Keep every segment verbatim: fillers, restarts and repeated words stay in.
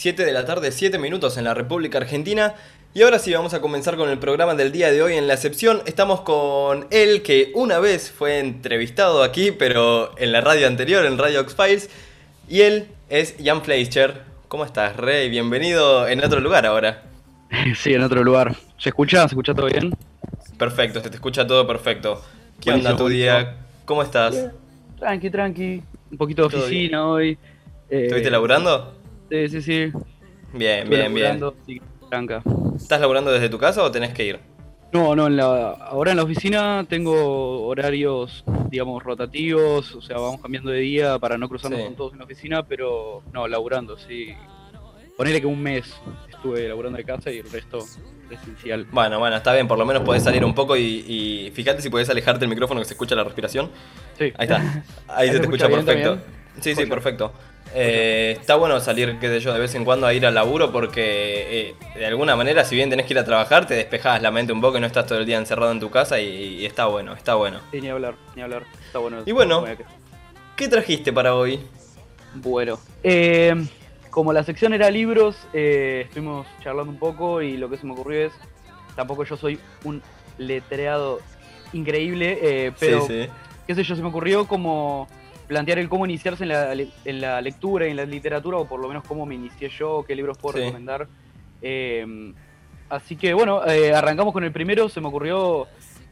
siete de la tarde, siete minutos en la República Argentina. Y ahora sí vamos a comenzar con el programa del día de hoy. En la excepción estamos con él, que una vez fue entrevistado aquí, pero en la radio anterior, en Radio X-Files. Y él es Jan Fleischer. ¿Cómo estás, Rey? Bienvenido en otro lugar ahora. Sí, en otro lugar. ¿Se escucha? ¿Se escucha todo bien? Perfecto, se te escucha todo perfecto. ¿Qué Buenísimo, onda tu buenísimo. día? ¿Cómo estás? Bien. Tranqui, tranqui. Un poquito de ¿Todo bien? oficina hoy. ¿Estuviste Eh, laburando? sí, sí, sí. Bien, Estuve bien, bien. laburando, así que tranca. ¿Estás laburando desde tu casa o tenés que ir? No, no, en la, ahora en la oficina tengo horarios, digamos, rotativos, o sea, vamos cambiando de día para no cruzarnos Sí. con todos en la oficina, pero no, laburando, sí. Ponele que un mes estuve laburando de casa y el resto presencial. Bueno, bueno, está bien, por lo menos podés salir un poco y, y fíjate si podés alejarte el micrófono que se escucha la respiración. Sí. Ahí está, ahí se te escucha bien perfecto. también? Sí, sí, Joya. perfecto. Eh, está bueno salir, qué sé yo, de vez en cuando a ir al laburo porque eh, de alguna manera, si bien tenés que ir a trabajar, te despejás la mente un poco y no estás todo el día encerrado en tu casa y, y está bueno, está bueno. Sí, ni hablar, ni hablar. Está bueno. Y bueno, Voy a que- ¿qué trajiste para hoy? Bueno, eh, como la sección era libros, eh, estuvimos charlando un poco y lo que se me ocurrió es, tampoco yo soy un letreado increíble, eh, pero Sí, sí. qué sé yo, se me ocurrió como plantear el cómo iniciarse en la, le- en la lectura y en la literatura, o por lo menos cómo me inicié yo, qué libros puedo Sí. recomendar. Eh, así que bueno, eh, arrancamos con el primero, se me ocurrió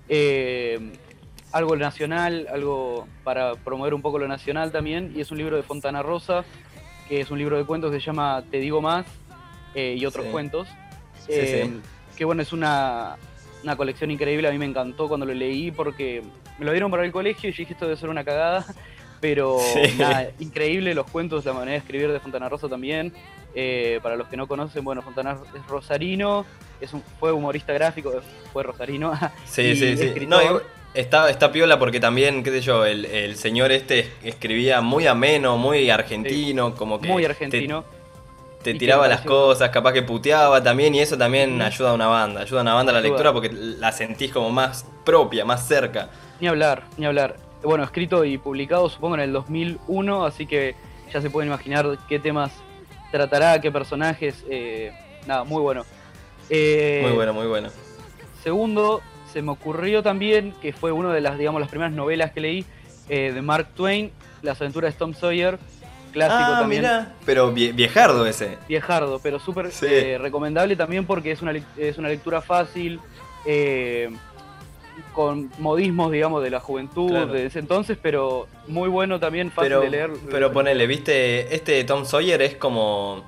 eh, algo nacional, algo para promover un poco lo nacional también, y es un libro de Fontana Rosa, que es un libro de cuentos que se llama Te digo más, eh, y otros Sí. cuentos. Sí, Eh, sí. que bueno, es una, una colección increíble, a mí me encantó cuando lo leí porque me lo dieron para el colegio y yo dije esto debe ser una cagada, pero Sí. nada, increíble los cuentos, la manera de escribir de Fontana Rosa también. Eh, para los que no conocen, bueno, Fontana es rosarino, es un, fue humorista gráfico, fue rosarino Sí, y sí, sí. escritor. No, igual- está, está piola porque también, qué sé yo, el, el señor este es- escribía muy ameno, muy argentino, como que Muy te, argentino. te y que tiraba me las pareció- cosas, capaz que puteaba también, y eso también Ujú. ayuda a una banda, ayuda a una banda a la Ayuda. lectura porque la sentís como más propia, más cerca. Ni hablar, ni hablar. Bueno, escrito y publicado supongo en el dos mil uno, así que ya se pueden imaginar qué temas tratará, qué personajes. Eh, nada, muy bueno. Eh, Muy bueno, muy bueno. Segundo, se me ocurrió también, que fue una de las, digamos, las primeras novelas que leí, eh, de Mark Twain, Las aventuras de Tom Sawyer, clásico Ah, también. mirá, pero vie- viejardo ese. Viejardo, pero súper Sí. eh, recomendable también porque es una, lec- es una lectura fácil, eh, con modismos, digamos, de la juventud Claro. de ese entonces, pero muy bueno también, fácil Pero, de leer. pero ponele, viste, este Tom Sawyer es como...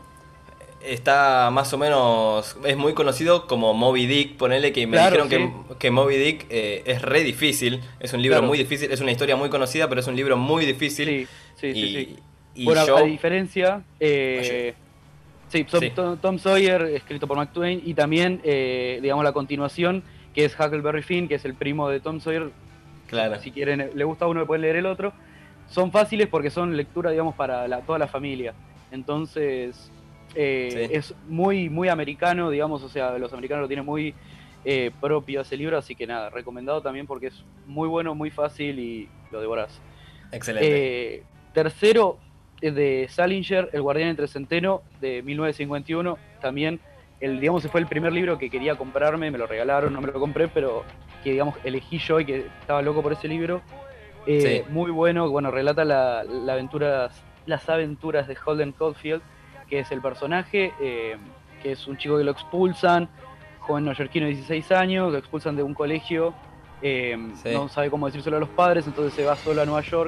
Está más o menos, es muy conocido como Moby Dick, ponele que me Claro, dijeron que, que Moby Dick eh, es re difícil, es un libro Claro. muy difícil, es una historia muy conocida, pero es un libro muy difícil. Sí, sí, sí, y, sí. y Bueno, yo... a diferencia, eh, sí, Tom, Sí. Tom- Tom Sawyer, escrito por Mark Twain, y también, eh, digamos, la continuación, que es Huckleberry Finn, que es el primo de Tom Sawyer. Claro. Si quieren, le gusta a uno, pueden leer el otro. Son fáciles porque son lectura, digamos, para la- toda la familia. Entonces, eh, Sí. es muy, muy americano, digamos, o sea, los americanos lo tienen muy eh, propio ese libro, así que nada, recomendado también porque es muy bueno, muy fácil y lo devorás. Excelente. Eh, tercero, eh, de Salinger, El guardián entre centeno, de mil novecientos cincuenta y uno, también, el, digamos, fue el primer libro que quería comprarme, me lo regalaron, no me lo compré, pero que, digamos, elegí yo y que estaba loco por ese libro. Eh, Sí. Muy bueno, bueno, relata la, la aventuras, las aventuras de Holden Caulfield, que es el personaje, eh, que es un chico que lo expulsan, joven neoyorquino de dieciséis años, lo expulsan de un colegio, eh, Sí. no sabe cómo decírselo a los padres, entonces se va solo a Nueva York.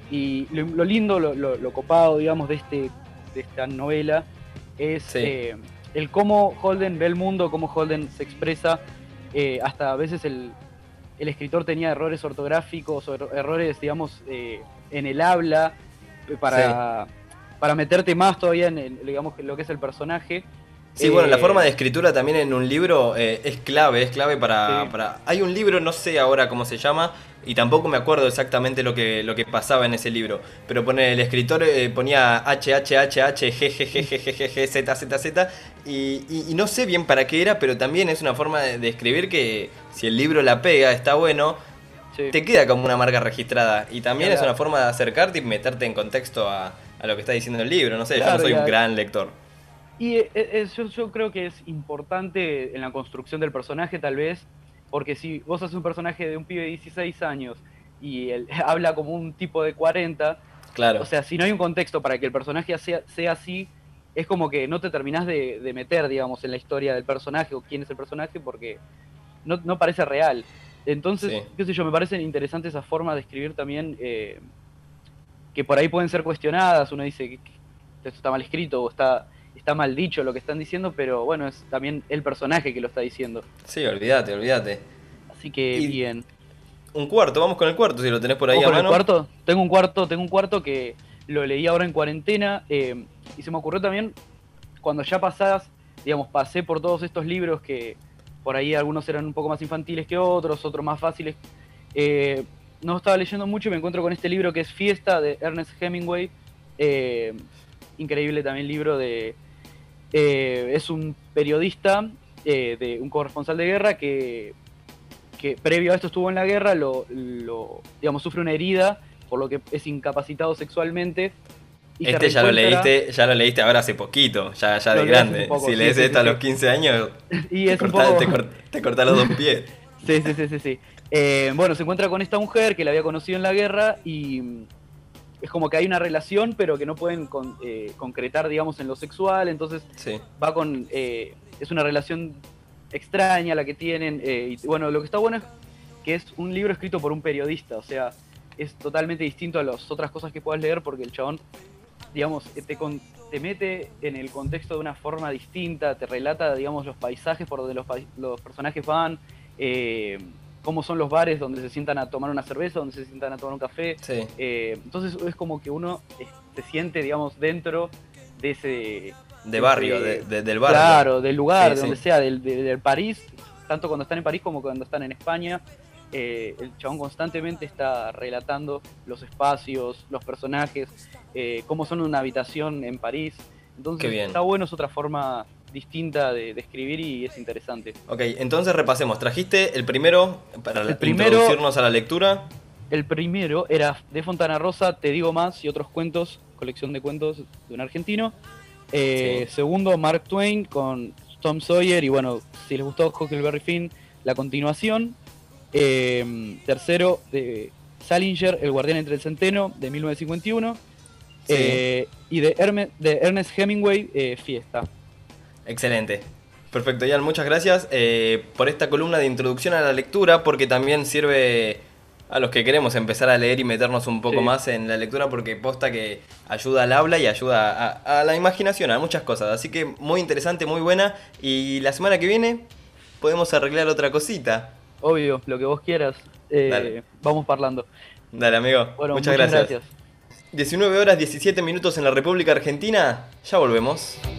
Y lo, lo lindo, lo, lo, lo copado, digamos, de, este, de esta novela es Sí. eh, el cómo Holden ve el mundo, cómo Holden se expresa. Eh, hasta a veces el, el escritor tenía errores ortográficos o er- errores, digamos, eh, en el habla, eh, para, para meterte más todavía en el, digamos, lo que es el personaje. Sí, bueno, la Eh, forma de escritura también en un libro eh, es clave, es clave para, Sí. para... Hay un libro, no sé ahora cómo se llama, y tampoco me acuerdo exactamente lo que, lo que pasaba en ese libro, pero pone, el escritor eh, ponía H, H, H, H, G, G, G, G, G, G, G, Z, Z, Z, y, y, y no sé bien para qué era, pero también es una forma de, de escribir que si el libro la pega, está bueno, sí. te queda como una marca registrada, y también Ni es hablar. una forma de acercarte y meterte en contexto a, a lo que está diciendo el libro, no sé, yo Claro, no soy un ya. gran lector. Y eh, eh, yo, yo creo que es importante en la construcción del personaje, tal vez, porque si vos haces un personaje de un pibe de dieciséis años y él habla como un tipo de cuarenta, o Claro. sea, si no hay un contexto para que el personaje sea, sea así, es como que no te terminás de, de meter, digamos, en la historia del personaje o quién es el personaje, porque no, no parece real. Entonces, Sí. qué sé yo, me parecen interesantes esas formas de escribir también, eh, que por ahí pueden ser cuestionadas. Uno dice que esto está mal escrito o está, está mal dicho lo que están diciendo, pero bueno, es también el personaje que lo está diciendo. Sí, olvídate, olvídate. Así que Y bien. un cuarto, vamos con el cuarto, si lo tenés por ahí ¿Vamos a con el mano. cuarto? Tengo un cuarto, tengo un cuarto que lo leí ahora en cuarentena, eh, y se me ocurrió también cuando ya pasás, digamos, pasé por todos estos libros que por ahí algunos eran un poco más infantiles que otros, otros más fáciles. Eh, no estaba leyendo mucho y me encuentro con este libro que es Fiesta de Ernest Hemingway. Eh, increíble también libro de... Eh, es un periodista, eh, de un corresponsal de guerra que, que previo a esto estuvo en la guerra, lo, lo, digamos, sufre una herida, por lo que es incapacitado sexualmente y se Este ya lo reencuentra. leíste, ya lo leíste ahora hace poquito, ya, ya de Lo leí hace un grande. poco, Si sí, lees sí, sí, esto a sí. los quince años, Y te es un cortás, poco... te cort- te cortás los dos pies. Sí, sí, sí, sí, sí. Eh, bueno, se encuentra con esta mujer que la había conocido en la guerra y mm, es como que hay una relación, pero que no pueden con, eh, concretar, digamos, en lo sexual. Entonces Sí, va con... Eh, es una relación extraña la que tienen. Eh, y bueno, lo que está bueno es que es un libro escrito por un periodista. O sea, es totalmente distinto a las otras cosas que puedas leer porque el chabón, digamos, te, con, te mete en el contexto de una forma distinta, te relata, digamos, los paisajes por donde los, los personajes van, eh, cómo son los bares donde se sientan a tomar una cerveza, donde se sientan a tomar un café. sí. Eh, entonces es como que uno eh, se siente, digamos, dentro de ese... De De barrio, de, ese de- del barrio. claro, del lugar, Sí, de sí. donde sea, del, de, del París, tanto cuando están en París como cuando están en España. Eh, el chabón constantemente está relatando los espacios, los personajes, eh, cómo son una habitación en París. Qué Entonces bien. está bueno, es otra forma distinta de, de escribir y es interesante. Ok, entonces repasemos. Trajiste el primero para El la- primero, introducirnos a la lectura. el primero era de Fontana Rosa, Te digo más y otros cuentos, colección de cuentos de un argentino. Sí. Eh, segundo, Mark Twain con Tom Sawyer y bueno, si les gustó Huckleberry Finn, la continuación. Eh, tercero, de Salinger, El guardián entre el centeno, de mil novecientos cincuenta y uno. Sí. Eh, y de, Herme, de Ernest Hemingway, eh, Fiesta. Excelente. Perfecto, Ian, muchas gracias eh, por esta columna de introducción a la lectura, porque también sirve a los que queremos empezar a leer y meternos un poco Sí, más en la lectura, porque posta que ayuda al habla y ayuda a, a la imaginación, a muchas cosas. Así que muy interesante, muy buena. Y la semana que viene podemos arreglar otra cosita. obvio, lo que vos quieras. Dale, Eh, vamos parlando. dale amigo, Bueno, muchas muchas gracias. gracias. diecinueve horas diecisiete minutos en la República Argentina, ya volvemos.